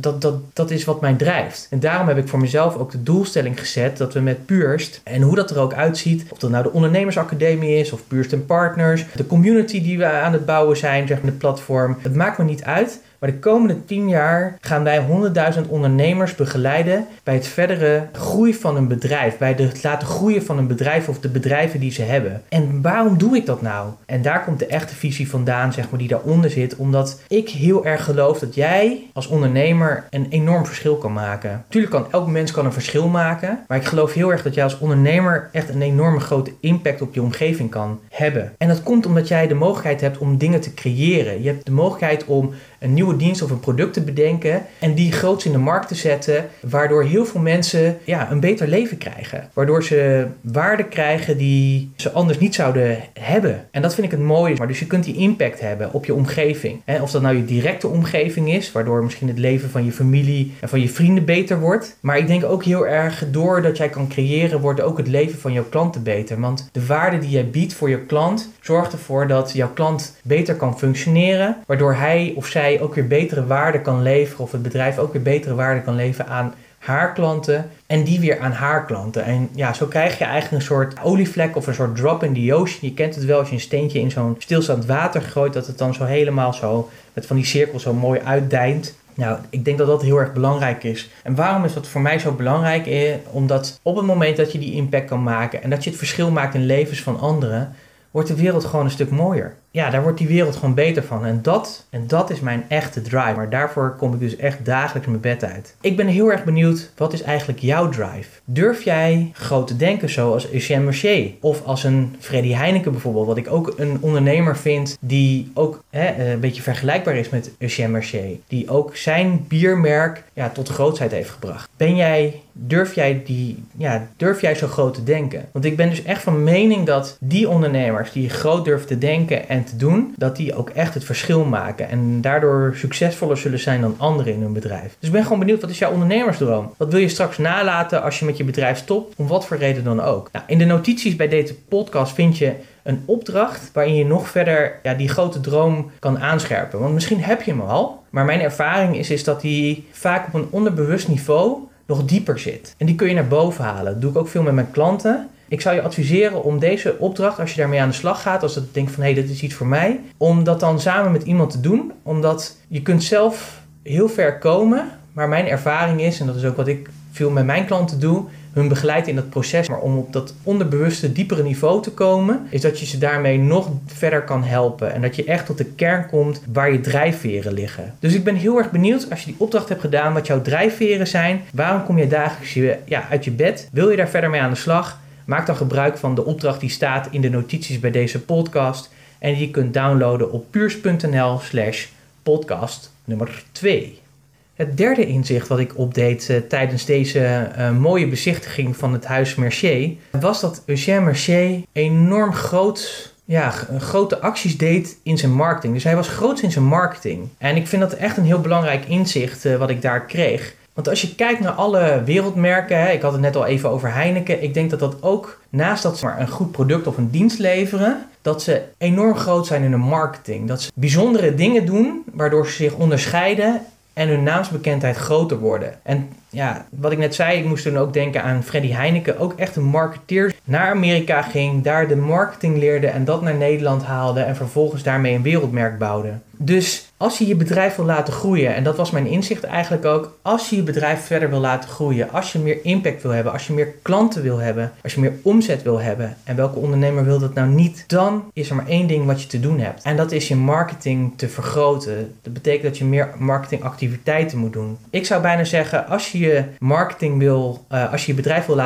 dat is wat mij drijft. En daarom heb ik voor mezelf ook de doelstelling gezet dat we met Purst, en hoe dat er ook uitziet, of dat nou de ondernemersacademie is, of Purst & Partners, de community die we aan het bouwen zijn, zeg maar, het platform. Het maakt me niet uit. Maar de komende 10 jaar gaan wij 100.000 ondernemers begeleiden bij het verdere groei van een bedrijf. Bij het laten groeien van een bedrijf of de bedrijven die ze hebben. En waarom doe ik dat nou? En daar komt de echte visie vandaan, zeg maar, die daaronder zit. Omdat ik heel erg geloof dat jij als ondernemer een enorm verschil kan maken. Natuurlijk kan elk mens een verschil maken. Maar ik geloof heel erg dat jij als ondernemer echt een enorme grote impact op je omgeving kan hebben. En dat komt omdat jij de mogelijkheid hebt om dingen te creëren. Je hebt de mogelijkheid om een nieuwe dienst of een product te bedenken en die groots in de markt te zetten, waardoor heel veel mensen een beter leven krijgen. Waardoor ze waarde krijgen die ze anders niet zouden hebben. En dat vind ik het mooie. Maar dus je kunt die impact hebben op je omgeving. Of dat nou je directe omgeving is, waardoor misschien het leven van je familie en van je vrienden beter wordt. Maar ik denk ook heel erg, doordat jij kan creëren, wordt ook het leven van jouw klanten beter. Want de waarde die jij biedt voor je klant zorgt ervoor dat jouw klant beter kan functioneren, waardoor hij of zij ook weer betere waarde kan leveren, of het bedrijf ook weer betere waarde kan leveren aan haar klanten en die weer aan haar klanten. En ja, zo krijg je eigenlijk een soort olievlek of een soort drop in the ocean. Je kent het wel als je een steentje in zo'n stilstaand water gooit, dat het dan zo helemaal zo met van die cirkel zo mooi uitdijnt. Nou, ik denk dat dat heel erg belangrijk is. En waarom is dat voor mij zo belangrijk? Omdat op het moment dat je die impact kan maken en dat je het verschil maakt in levens van anderen, wordt de wereld gewoon een stuk mooier. Ja, daar wordt die wereld gewoon beter van. En dat is mijn echte drive. Maar daarvoor kom ik dus echt dagelijks mijn bed uit. Ik ben heel erg benieuwd, wat is eigenlijk jouw drive? Durf jij groot te denken zoals Eugène Mercier? Of als een Freddy Heineken bijvoorbeeld, wat ik ook een ondernemer vind die ook een beetje vergelijkbaar is met Eugène Mercier. Die ook zijn biermerk tot grootsheid heeft gebracht. Durf jij zo groot te denken? Want ik ben dus echt van mening dat die ondernemers die groot durven te denken en te doen, dat die ook echt het verschil maken en daardoor succesvoller zullen zijn dan anderen in hun bedrijf. Dus ik ben gewoon benieuwd, wat is jouw ondernemersdroom? Wat wil je straks nalaten als je met je bedrijf stopt? Om wat voor reden dan ook. Nou, in de notities bij deze podcast vind je een opdracht waarin je nog verder die grote droom kan aanscherpen. Want misschien heb je hem al, maar mijn ervaring is dat die vaak op een onderbewust niveau nog dieper zit. En die kun je naar boven halen. Dat doe ik ook veel met mijn klanten. Ik zou je adviseren om deze opdracht, als je daarmee aan de slag gaat, als je denkt van dit is iets voor mij, om dat dan samen met iemand te doen. Omdat je kunt zelf heel ver komen, Maar mijn ervaring is, en dat is ook wat ik veel met mijn klanten doe, hun begeleiden in dat proces. Maar om op dat onderbewuste, diepere niveau te komen, is dat je ze daarmee nog verder kan helpen. En dat je echt tot de kern komt waar je drijfveren liggen. Dus ik ben heel erg benieuwd, als je die opdracht hebt gedaan, wat jouw drijfveren zijn. Waarom kom je dagelijks uit je bed? Wil je daar verder mee aan de slag? Maak dan gebruik van de opdracht die staat in de notities bij deze podcast. En die je kunt downloaden op puurs.nl/podcast nummer 2. Het derde inzicht wat ik opdeed tijdens deze mooie bezichtiging van het huis Mercier, was dat Eugène Mercier enorm grote acties deed in zijn marketing. Dus hij was groot in zijn marketing. En ik vind dat echt een heel belangrijk inzicht wat ik daar kreeg. Want als je kijkt naar alle wereldmerken, ik had het net al even over Heineken, ik denk dat dat ook, naast dat ze maar een goed product of een dienst leveren, dat ze enorm groot zijn in hun marketing. Dat ze bijzondere dingen doen, waardoor ze zich onderscheiden en hun naamsbekendheid groter worden. En ja, wat ik net zei, ik moest toen ook denken aan Freddy Heineken, ook echt een marketeer. Naar Amerika ging, daar de marketing leerde en dat naar Nederland haalde en vervolgens daarmee een wereldmerk bouwde. Dus als je je bedrijf wil laten groeien, en dat was mijn inzicht eigenlijk ook, als je je bedrijf verder wil laten groeien, als je meer impact wil hebben, als je meer klanten wil hebben, als je meer omzet wil hebben, en welke ondernemer wil dat nou niet, dan is er maar één ding wat je te doen hebt. En dat is je marketing te vergroten. Dat betekent dat je meer marketingactiviteiten moet doen. Ik zou bijna zeggen, als je je marketing als je je bedrijf wil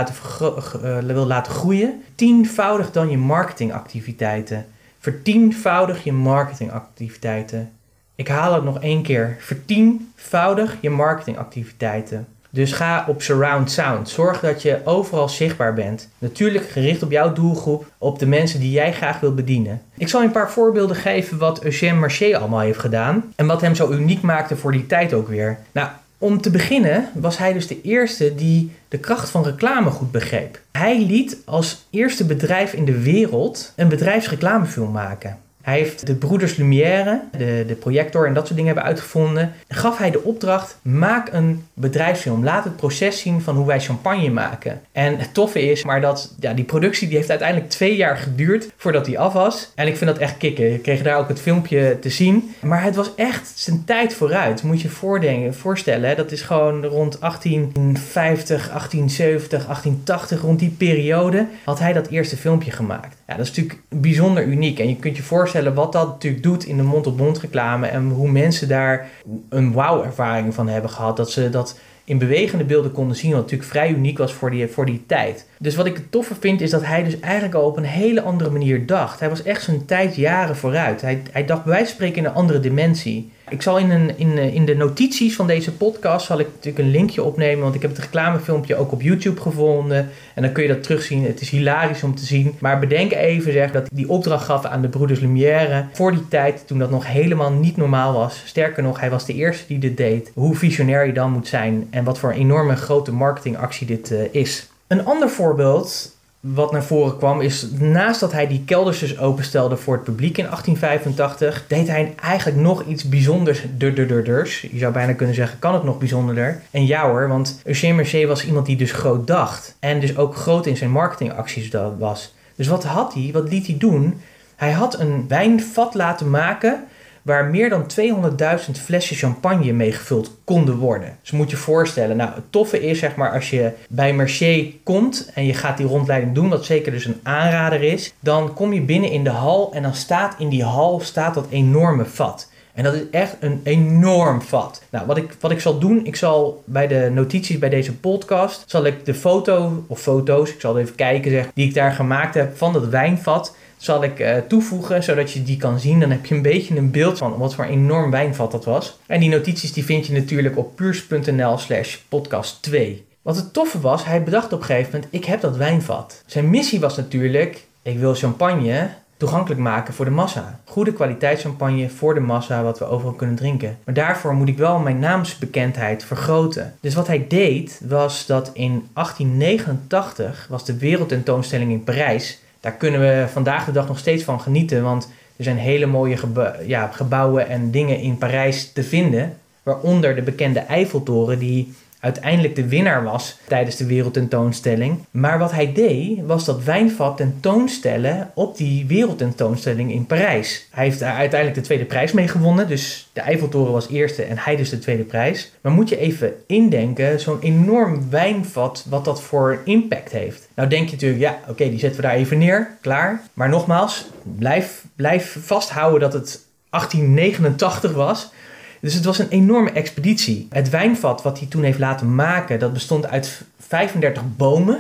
laten groeien, tienvoudig dan je marketingactiviteiten. Vertienvoudig je marketingactiviteiten. Ik haal het nog één keer. Vertienvoudig je marketingactiviteiten. Dus ga op surround sound. Zorg dat je overal zichtbaar bent. Natuurlijk gericht op jouw doelgroep, op de mensen die jij graag wil bedienen. Ik zal je een paar voorbeelden geven wat Eugène Mercier allemaal heeft gedaan. En wat hem zo uniek maakte voor die tijd ook weer. Nou, om te beginnen was hij dus de eerste die de kracht van reclame goed begreep. Hij liet als eerste bedrijf in de wereld een bedrijfsreclamefilm maken. Hij heeft de broeders Lumière, de projector en dat soort dingen hebben uitgevonden. Gaf hij de opdracht, maak een bedrijfsfilm. Laat het proces zien van hoe wij champagne maken. En het toffe is maar dat die productie die heeft uiteindelijk 2 jaar geduurd voordat die af was. En ik vind dat echt kicken. Ik kreeg daar ook het filmpje te zien. Maar het was echt zijn tijd vooruit. Moet je voorstellen, hè? Dat is gewoon rond 1850, 1870, 1880, rond die periode had hij dat eerste filmpje gemaakt. Ja, dat is natuurlijk bijzonder uniek. En je kunt je voorstellen wat dat natuurlijk doet in de mond-op-mond reclame en hoe mensen daar een wauw-ervaring van hebben gehad. Dat ze dat in bewegende beelden konden zien, wat natuurlijk vrij uniek was voor die tijd. Dus wat ik het toffe vind is dat hij dus eigenlijk al op een hele andere manier dacht. Hij was echt zijn tijd jaren vooruit. Hij dacht bij wijze van spreken in een andere dimensie. Ik zal in de notities van deze podcast zal ik natuurlijk een linkje opnemen, want ik heb het reclamefilmpje ook op YouTube gevonden. En dan kun je dat terugzien. Het is hilarisch om te zien. Maar bedenk even dat die opdracht gaf aan de broeders Lumière voor die tijd toen dat nog helemaal niet normaal was. Sterker nog, hij was de eerste die dit deed. Hoe visionair je dan moet zijn en wat voor een enorme grote marketingactie dit is. Een ander voorbeeld wat naar voren kwam is, naast dat hij die kelders dus openstelde voor het publiek in 1885, deed hij eigenlijk nog iets bijzonders. Je zou bijna kunnen zeggen, kan het nog bijzonderder? En ja hoor, want Eugène Mercier was iemand die dus groot dacht. En dus ook groot in zijn marketingacties was. Dus wat liet hij doen? Hij had een wijnvat laten maken waar meer dan 200.000 flessen champagne mee gevuld konden worden. Dus moet je voorstellen, nou het toffe is als je bij Mercier komt en je gaat die rondleiding doen, wat zeker dus een aanrader is, dan kom je binnen in de hal en dan staat in die hal dat enorme vat. En dat is echt een enorm vat. Nou, wat ik zal doen, ik zal bij de notities bij deze podcast, zal ik de foto's, ik zal even kijken die ik daar gemaakt heb van dat wijnvat, zal ik toevoegen, zodat je die kan zien. Dan heb je een beetje een beeld van wat voor een enorm wijnvat dat was. En die notities die vind je natuurlijk op puurs.nl/podcast 2. Wat het toffe was, hij bedacht op een gegeven moment, ik heb dat wijnvat. Zijn missie was natuurlijk, ik wil champagne toegankelijk maken voor de massa. Goede kwaliteit champagne voor de massa, wat we overal kunnen drinken. Maar daarvoor moet ik wel mijn naamsbekendheid vergroten. Dus wat hij deed, was dat in 1889 was de wereldtentoonstelling in Parijs. Daar kunnen we vandaag de dag nog steeds van genieten, want er zijn hele mooie gebouwen en dingen in Parijs te vinden. Waaronder de bekende Eiffeltoren die uiteindelijk de winnaar was tijdens de wereldtentoonstelling. Maar wat hij deed, was dat wijnvat tentoonstellen op die wereldtentoonstelling in Parijs. Hij heeft daar uiteindelijk de tweede prijs mee gewonnen. Dus de Eiffeltoren was eerste en hij dus de tweede prijs. Maar moet je even indenken, zo'n enorm wijnvat, wat dat voor impact heeft. Nou denk je natuurlijk, ja, oké, die zetten we daar even neer, klaar. Maar nogmaals, blijf vasthouden dat het 1889 was. Dus het was een enorme expeditie. Het wijnvat wat hij toen heeft laten maken, dat bestond uit 35 bomen.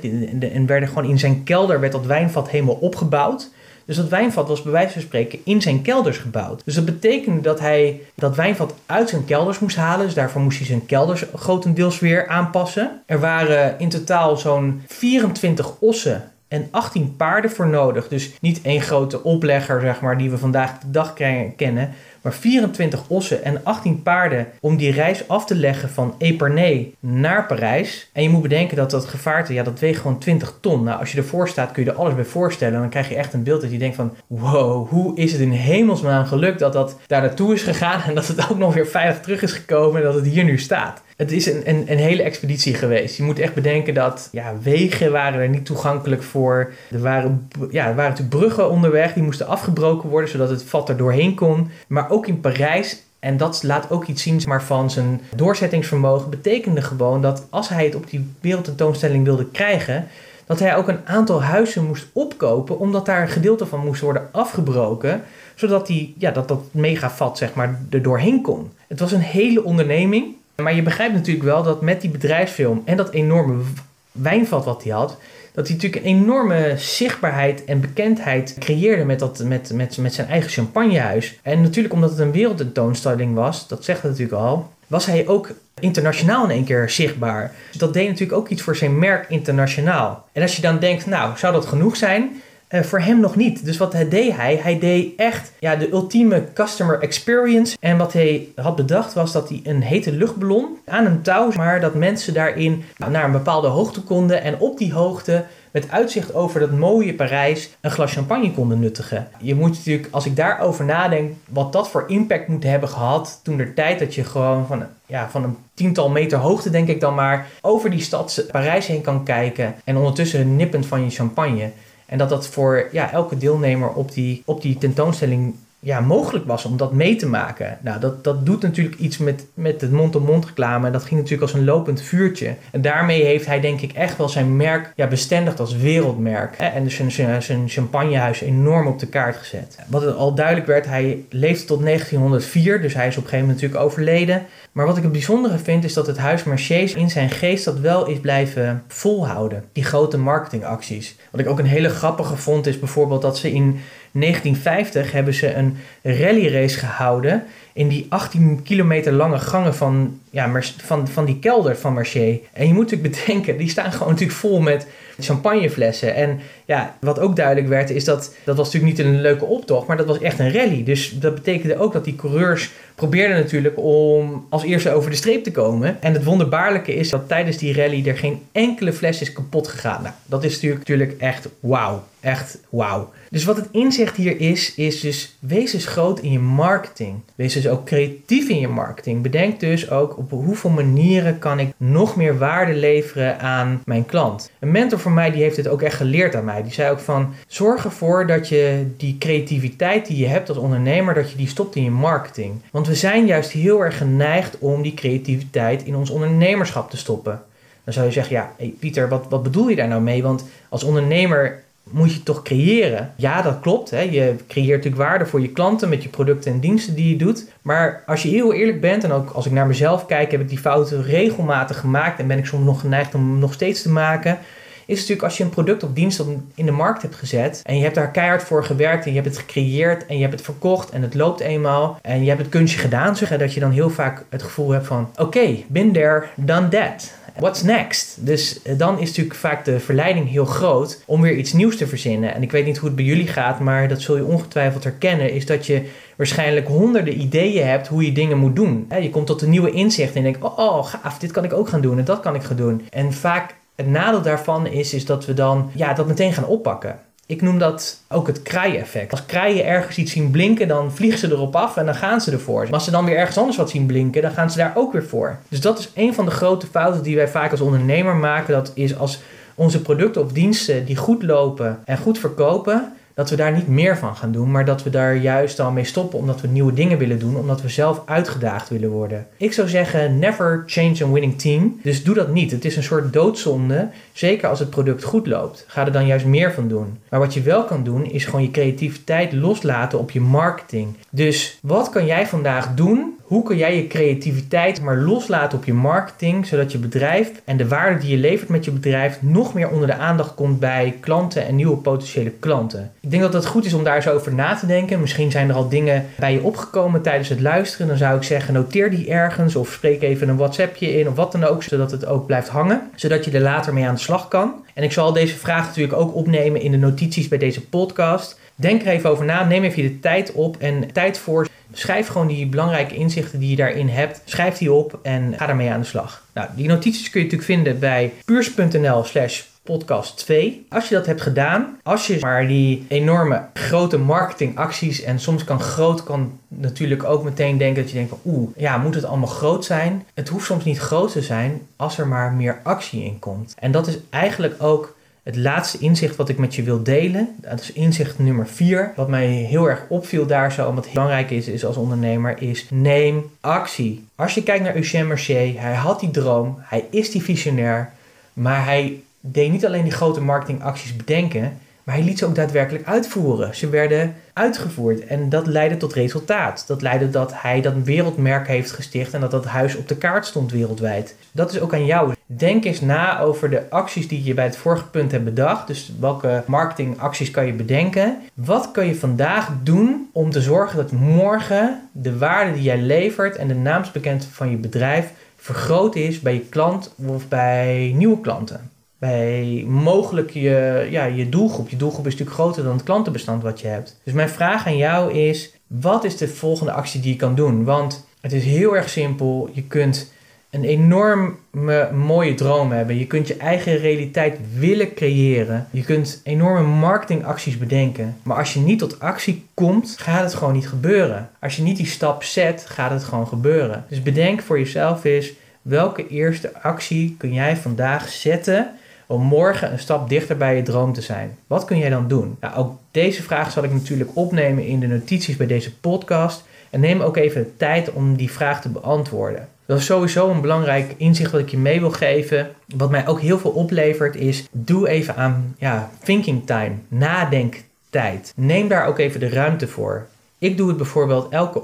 En werden gewoon in zijn kelder werd dat wijnvat helemaal opgebouwd. Dus dat wijnvat was bij wijze van spreken in zijn kelders gebouwd. Dus dat betekende dat hij dat wijnvat uit zijn kelders moest halen. Dus daarvoor moest hij zijn kelders grotendeels weer aanpassen. Er waren in totaal zo'n 24 ossen en 18 paarden voor nodig. Dus niet één grote oplegger, zeg maar, die we vandaag de dag kennen. Maar 24 ossen en 18 paarden om die reis af te leggen van Épernay naar Parijs. En je moet bedenken dat dat gevaarte, ja, dat weegt gewoon 20 ton. Nou, als je ervoor staat kun je er alles bij voorstellen. En dan krijg je echt een beeld dat je denkt van, wow, hoe is het in hemelsnaam gelukt dat dat daar naartoe is gegaan. En dat het ook nog weer veilig terug is gekomen en dat het hier nu staat. Het is een hele expeditie geweest. Je moet echt bedenken dat wegen waren er niet toegankelijk voor. Er waren natuurlijk bruggen onderweg. Die moesten afgebroken worden, zodat het vat er doorheen kon. Maar ook in Parijs, en dat laat ook iets zien van zijn doorzettingsvermogen, betekende gewoon dat als hij het op die wereldtentoonstelling wilde krijgen, dat hij ook een aantal huizen moest opkopen, omdat daar een gedeelte van moest worden afgebroken, zodat dat megavat, zeg maar, er doorheen kon. Het was een hele onderneming. Maar je begrijpt natuurlijk wel dat met die bedrijfsfilm en dat enorme wijnvat wat hij had, dat hij natuurlijk een enorme zichtbaarheid en bekendheid creëerde met zijn eigen champagnehuis. En natuurlijk omdat het een wereldtentoonstelling was, dat zegt het natuurlijk al, was hij ook internationaal in één keer zichtbaar. Dus dat deed natuurlijk ook iets voor zijn merk internationaal. En als je dan denkt, nou, zou dat genoeg zijn? Voor hem nog niet. Dus wat deed hij? Hij deed echt de ultieme customer experience. En wat hij had bedacht was dat hij een hete luchtballon aan een touw, maar dat mensen daarin naar een bepaalde hoogte konden. En op die hoogte, met uitzicht over dat mooie Parijs, een glas champagne konden nuttigen. Je moet natuurlijk, als ik daarover nadenk, wat dat voor impact moet hebben gehad toen de tijd dat je gewoon van een 10-tal meter hoogte, denk ik dan maar, over die stad Parijs heen kan kijken en ondertussen nippend van je champagne. En dat voor elke deelnemer op die tentoonstelling mogelijk was om dat mee te maken. Nou, dat doet natuurlijk iets met het mond-op-mond reclame. En dat ging natuurlijk als een lopend vuurtje. En daarmee heeft hij denk ik echt wel zijn merk bestendigd als wereldmerk. En dus zijn champagnehuis enorm op de kaart gezet. Wat al duidelijk werd, hij leefde tot 1904. Dus hij is op een gegeven moment natuurlijk overleden. Maar wat ik het bijzondere vind is dat het Huis Mercier in zijn geest dat wel is blijven volhouden. Die grote marketingacties. Wat ik ook een hele grappige vond is bijvoorbeeld dat ze in 1950 hebben ze een rallyrace gehouden in die 18 kilometer lange gangen van die kelder van Mercier. En je moet natuurlijk bedenken, die staan gewoon natuurlijk vol met champagneflessen. En wat ook duidelijk werd is dat was natuurlijk niet een leuke optocht, maar dat was echt een rally. Dus dat betekende ook dat die coureurs probeerden natuurlijk om als eerste over de streep te komen. En het wonderbaarlijke is dat tijdens die rally er geen enkele fles is kapot gegaan. Nou, dat is natuurlijk echt wauw. Echt wauw. Dus wat het inzicht hier is dus wees dus groot in je marketing. Wees dus ook creatief in je marketing. Bedenk dus ook op hoeveel manieren kan ik nog meer waarde leveren aan mijn klant. Een mentor van mij die heeft dit ook echt geleerd aan mij. Die zei ook van, zorg ervoor dat je die creativiteit die je hebt als ondernemer, dat je die stopt in je marketing. Want we zijn juist heel erg geneigd om die creativiteit in ons ondernemerschap te stoppen. Dan zou je zeggen, hey Pieter, wat bedoel je daar nou mee? Want als ondernemer moet je toch creëren. Ja, dat klopt. Hè? Je creëert natuurlijk waarde voor je klanten met je producten en diensten die je doet. Maar als je heel eerlijk bent, en ook als ik naar mezelf kijk, heb ik die fouten regelmatig gemaakt en ben ik soms nog geneigd om hem nog steeds te maken. Is natuurlijk als je een product of dienst in de markt hebt gezet en je hebt daar keihard voor gewerkt en je hebt het gecreëerd en je hebt het verkocht en het loopt eenmaal en je hebt het kunstje gedaan, dat je dan heel vaak het gevoel hebt van oké, been there, done that. What's next? Dus dan is natuurlijk vaak de verleiding heel groot om weer iets nieuws te verzinnen. En ik weet niet hoe het bij jullie gaat, maar dat zul je ongetwijfeld herkennen, is dat je waarschijnlijk honderden ideeën hebt hoe je dingen moet doen. Je komt tot een nieuwe inzicht en je denkt, oh gaaf, dit kan ik ook gaan doen en dat kan ik gaan doen. En vaak het nadeel daarvan is dat we dan dat meteen gaan oppakken. Ik noem dat ook het kraai-effect. Als kraaien ergens iets zien blinken, dan vliegen ze erop af en dan gaan ze ervoor. Maar als ze dan weer ergens anders wat zien blinken, dan gaan ze daar ook weer voor. Dus dat is een van de grote fouten die wij vaak als ondernemer maken. Dat is als onze producten of diensten die goed lopen en goed verkopen, dat we daar niet meer van gaan doen, maar dat we daar juist al mee stoppen omdat we nieuwe dingen willen doen, omdat we zelf uitgedaagd willen worden. Ik zou zeggen, never change a winning team. Dus doe dat niet. Het is een soort doodzonde, zeker als het product goed loopt. Ga er dan juist meer van doen. Maar wat je wel kan doen, is gewoon je creativiteit loslaten op je marketing. Dus wat kan jij vandaag doen? Hoe kun jij je creativiteit maar loslaten op je marketing, zodat je bedrijf en de waarde die je levert met je bedrijf nog meer onder de aandacht komt bij klanten en nieuwe potentiële klanten? Ik denk dat het goed is om daar eens over na te denken. Misschien zijn er al dingen bij je opgekomen tijdens het luisteren. Dan zou ik zeggen, noteer die ergens of spreek even een WhatsAppje in of wat dan ook, zodat het ook blijft hangen, zodat je er later mee aan de slag kan. En ik zal deze vraag natuurlijk ook opnemen in de notities bij deze podcast. Denk er even over na, neem even de tijd op en tijd voor. Schrijf gewoon die belangrijke inzichten die je daarin hebt. Schrijf die op en ga daarmee aan de slag. Nou, die notities kun je natuurlijk vinden bij puurs.nl/podcast 2. Als je dat hebt gedaan, als je maar die enorme grote marketingacties en soms kan natuurlijk ook meteen denken dat je denkt van moet het allemaal groot zijn? Het hoeft soms niet groot te zijn als er maar meer actie in komt. En dat is eigenlijk ook het laatste inzicht wat ik met je wil delen. Dat is inzicht nummer 4. Wat mij heel erg opviel daar zo, en wat heel belangrijk is als ondernemer, is neem actie. Als je kijkt naar Eugène Mercier, hij had die droom, hij is die visionair, maar hij deed niet alleen die grote marketingacties bedenken, maar hij liet ze ook daadwerkelijk uitvoeren. Ze werden uitgevoerd en dat leidde tot resultaat. Dat leidde dat hij dat wereldmerk heeft gesticht en dat huis op de kaart stond wereldwijd. Dat is ook aan jou. Denk eens na over de acties die je bij het vorige punt hebt bedacht. Dus welke marketingacties kan je bedenken? Wat kan je vandaag doen om te zorgen dat morgen de waarde die jij levert en de naamsbekendheid van je bedrijf vergroot is bij je klant of bij nieuwe klanten? Bij mogelijk je doelgroep. Je doelgroep is natuurlijk groter dan het klantenbestand wat je hebt. Dus mijn vraag aan jou is, wat is de volgende actie die je kan doen? Want het is heel erg simpel. Je kunt een enorme mooie droom hebben. Je kunt je eigen realiteit willen creëren. Je kunt enorme marketingacties bedenken. Maar als je niet tot actie komt, gaat het gewoon niet gebeuren. Als je niet die stap zet, gaat het gewoon gebeuren. Dus bedenk voor jezelf eens, welke eerste actie kun jij vandaag zetten om morgen een stap dichter bij je droom te zijn? Wat kun jij dan doen? Nou, ook deze vraag zal ik natuurlijk opnemen in de notities bij deze podcast. En neem ook even de tijd om die vraag te beantwoorden. Dat is sowieso een belangrijk inzicht wat ik je mee wil geven. Wat mij ook heel veel oplevert is, doe even aan thinking time, nadenktijd. Neem daar ook even de ruimte voor. Ik doe het bijvoorbeeld elke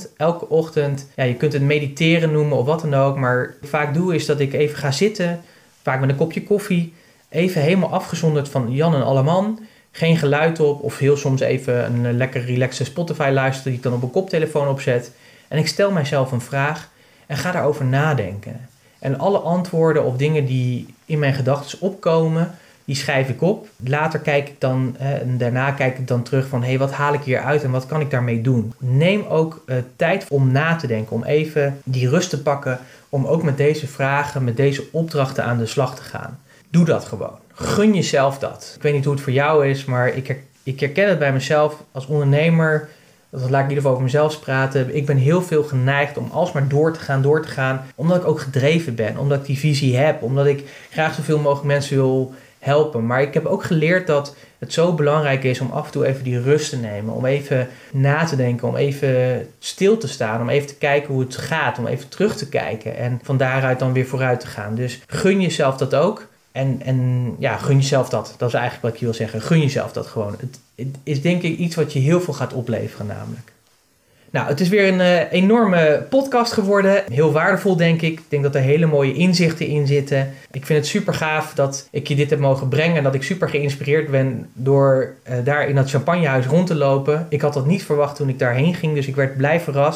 ochtend. Ja, je kunt het mediteren noemen of wat dan ook. Maar wat ik vaak doe is dat ik even ga zitten, vaak met een kopje koffie, even helemaal afgezonderd van Jan en alleman. Geen geluid op of heel soms even een lekker relaxe Spotify luisteren die ik dan op een koptelefoon opzet. En ik stel mijzelf een vraag en ga daarover nadenken. En alle antwoorden of dingen die in mijn gedachten opkomen, die schrijf ik op. Later kijk ik dan, en daarna kijk ik dan terug van, wat haal ik hier uit en wat kan ik daarmee doen? Neem ook tijd om na te denken, om even die rust te pakken, om ook met deze vragen, met deze opdrachten aan de slag te gaan. Doe dat gewoon. Gun jezelf dat. Ik weet niet hoe het voor jou is, maar ik herken het bij mezelf als ondernemer. Dat laat ik in ieder geval over mezelf praten. Ik ben heel veel geneigd om alsmaar door te gaan. Omdat ik ook gedreven ben. Omdat ik die visie heb. Omdat ik graag zoveel mogelijk mensen wil helpen. Maar ik heb ook geleerd dat het zo belangrijk is om af en toe even die rust te nemen. Om even na te denken. Om even stil te staan. Om even te kijken hoe het gaat. Om even terug te kijken. En van daaruit dan weer vooruit te gaan. Dus gun jezelf dat ook. En gun jezelf dat. Dat is eigenlijk wat ik wil zeggen. Gun jezelf dat gewoon. Het is denk ik iets wat je heel veel gaat opleveren namelijk. Nou, het is weer een enorme podcast geworden. Heel waardevol denk ik. Ik denk dat er hele mooie inzichten in zitten. Ik vind het super gaaf dat ik je dit heb mogen brengen. En dat ik super geïnspireerd ben door daar in dat champagnehuis rond te lopen. Ik had dat niet verwacht toen ik daarheen ging. Dus ik werd blij verrast.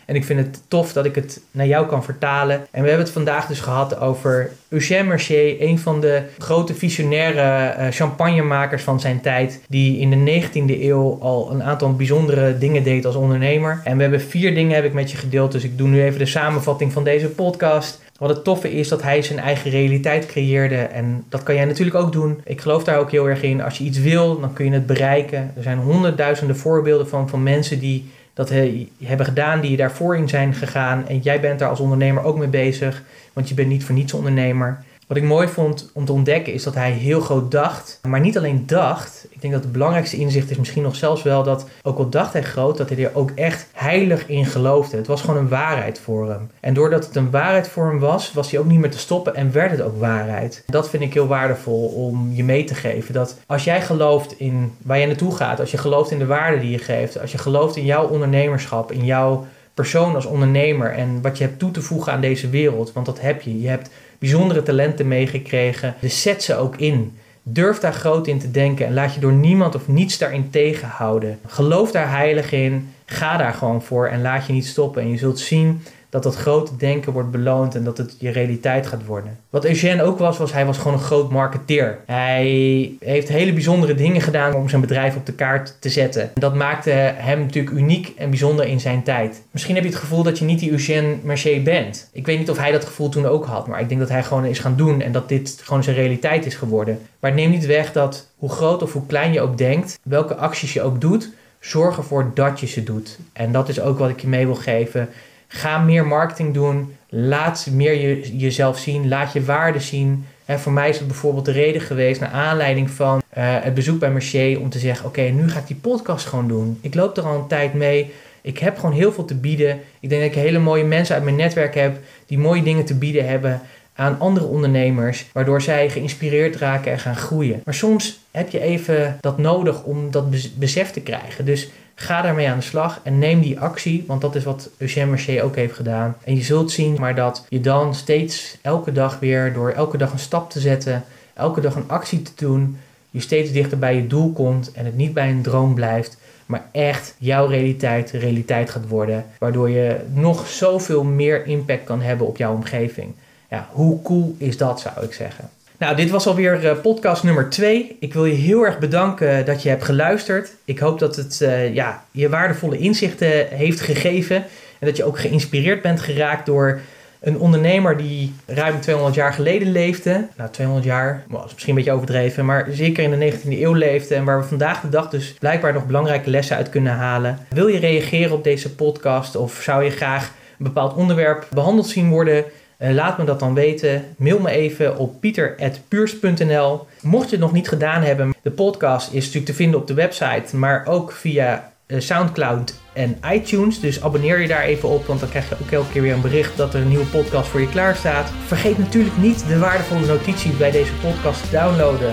En ik vind het tof dat ik het naar jou kan vertalen. En we hebben het vandaag dus gehad over Eugène Mercier, een van de grote visionaire champagnemakers van zijn tijd, die in de 19e eeuw al een aantal bijzondere dingen deed als ondernemer. En we hebben 4 dingen heb ik met je gedeeld, dus ik doe nu even de samenvatting van deze podcast. Wat het toffe is dat hij zijn eigen realiteit creëerde en dat kan jij natuurlijk ook doen. Ik geloof daar ook heel erg in. Als je iets wil, dan kun je het bereiken. Er zijn honderdduizenden voorbeelden van mensen die dat hebben gedaan, die daarvoor in zijn gegaan. En jij bent daar als ondernemer ook mee bezig, want je bent niet voor niets ondernemer. Wat ik mooi vond om te ontdekken is dat hij heel groot dacht. Maar niet alleen dacht. Ik denk dat het belangrijkste inzicht is misschien nog zelfs wel dat, ook al dacht hij groot, dat hij er ook echt heilig in geloofde. Het was gewoon een waarheid voor hem. En doordat het een waarheid voor hem was hij ook niet meer te stoppen en werd het ook waarheid. Dat vind ik heel waardevol om je mee te geven. Dat als jij gelooft in waar je naartoe gaat, als je gelooft in de waarde die je geeft, als je gelooft in jouw ondernemerschap, in jouw persoon als ondernemer en wat je hebt toe te voegen aan deze wereld, want dat heb je. Je hebt bijzondere talenten meegekregen. Dus zet ze ook in. Durf daar groot in te denken en laat je door niemand of niets daarin tegenhouden. Geloof daar heilig in. Ga daar gewoon voor en laat je niet stoppen. En je zult zien dat dat grote denken wordt beloond en dat het je realiteit gaat worden. Wat Eugène ook hij was gewoon een groot marketeer. Hij heeft hele bijzondere dingen gedaan om zijn bedrijf op de kaart te zetten. Dat maakte hem natuurlijk uniek en bijzonder in zijn tijd. Misschien heb je het gevoel dat je niet die Eugène Mercier bent. Ik weet niet of hij dat gevoel toen ook had, maar ik denk dat hij gewoon is gaan doen en dat dit gewoon zijn realiteit is geworden. Maar het neemt niet weg dat hoe groot of hoe klein je ook denkt, welke acties je ook doet, zorg ervoor dat je ze doet. En dat is ook wat ik je mee wil geven. Ga meer marketing doen. Laat meer jezelf zien. Laat je waarde zien. Voor mij is het bijvoorbeeld de reden geweest, naar aanleiding van het bezoek bij Mercier, om te zeggen, oké, nu ga ik die podcast gewoon doen. Ik loop er al een tijd mee. Ik heb gewoon heel veel te bieden. Ik denk dat ik hele mooie mensen uit mijn netwerk heb die mooie dingen te bieden hebben aan andere ondernemers, waardoor zij geïnspireerd raken en gaan groeien. Maar soms heb je even dat nodig om dat besef te krijgen. Dus ga daarmee aan de slag en neem die actie, want dat is wat Eugène Mercier ook heeft gedaan. En je zult zien maar dat je dan steeds elke dag weer, door elke dag een stap te zetten, elke dag een actie te doen, je steeds dichter bij je doel komt en het niet bij een droom blijft, maar echt jouw realiteit gaat worden, waardoor je nog zoveel meer impact kan hebben op jouw omgeving. Ja, hoe cool is dat, zou ik zeggen. Nou, dit was alweer podcast nummer 2. Ik wil je heel erg bedanken dat je hebt geluisterd. Ik hoop dat het je waardevolle inzichten heeft gegeven. En dat je ook geïnspireerd bent geraakt door een ondernemer die ruim 200 jaar geleden leefde. Nou, 200 jaar, dat is misschien een beetje overdreven, maar zeker in de 19e eeuw leefde. En waar we vandaag de dag dus blijkbaar nog belangrijke lessen uit kunnen halen. Wil je reageren op deze podcast of zou je graag een bepaald onderwerp behandeld zien worden? Laat me dat dan weten. Mail me even op pieter@puurs.nl. Mocht je het nog niet gedaan hebben, de podcast is natuurlijk te vinden op de website, maar ook via Soundcloud en iTunes. Dus abonneer je daar even op, want dan krijg je ook elke keer weer een bericht dat er een nieuwe podcast voor je klaar staat. Vergeet natuurlijk niet de waardevolle notities bij deze podcast te downloaden.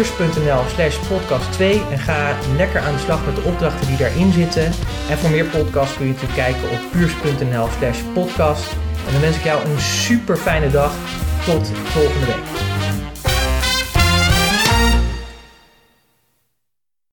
puurs.nl/podcast2 en ga lekker aan de slag met de opdrachten die daarin zitten. En voor meer podcasts kun je natuurlijk kijken op puurs.nl/podcast. En dan wens ik jou een super fijne dag. Tot volgende week.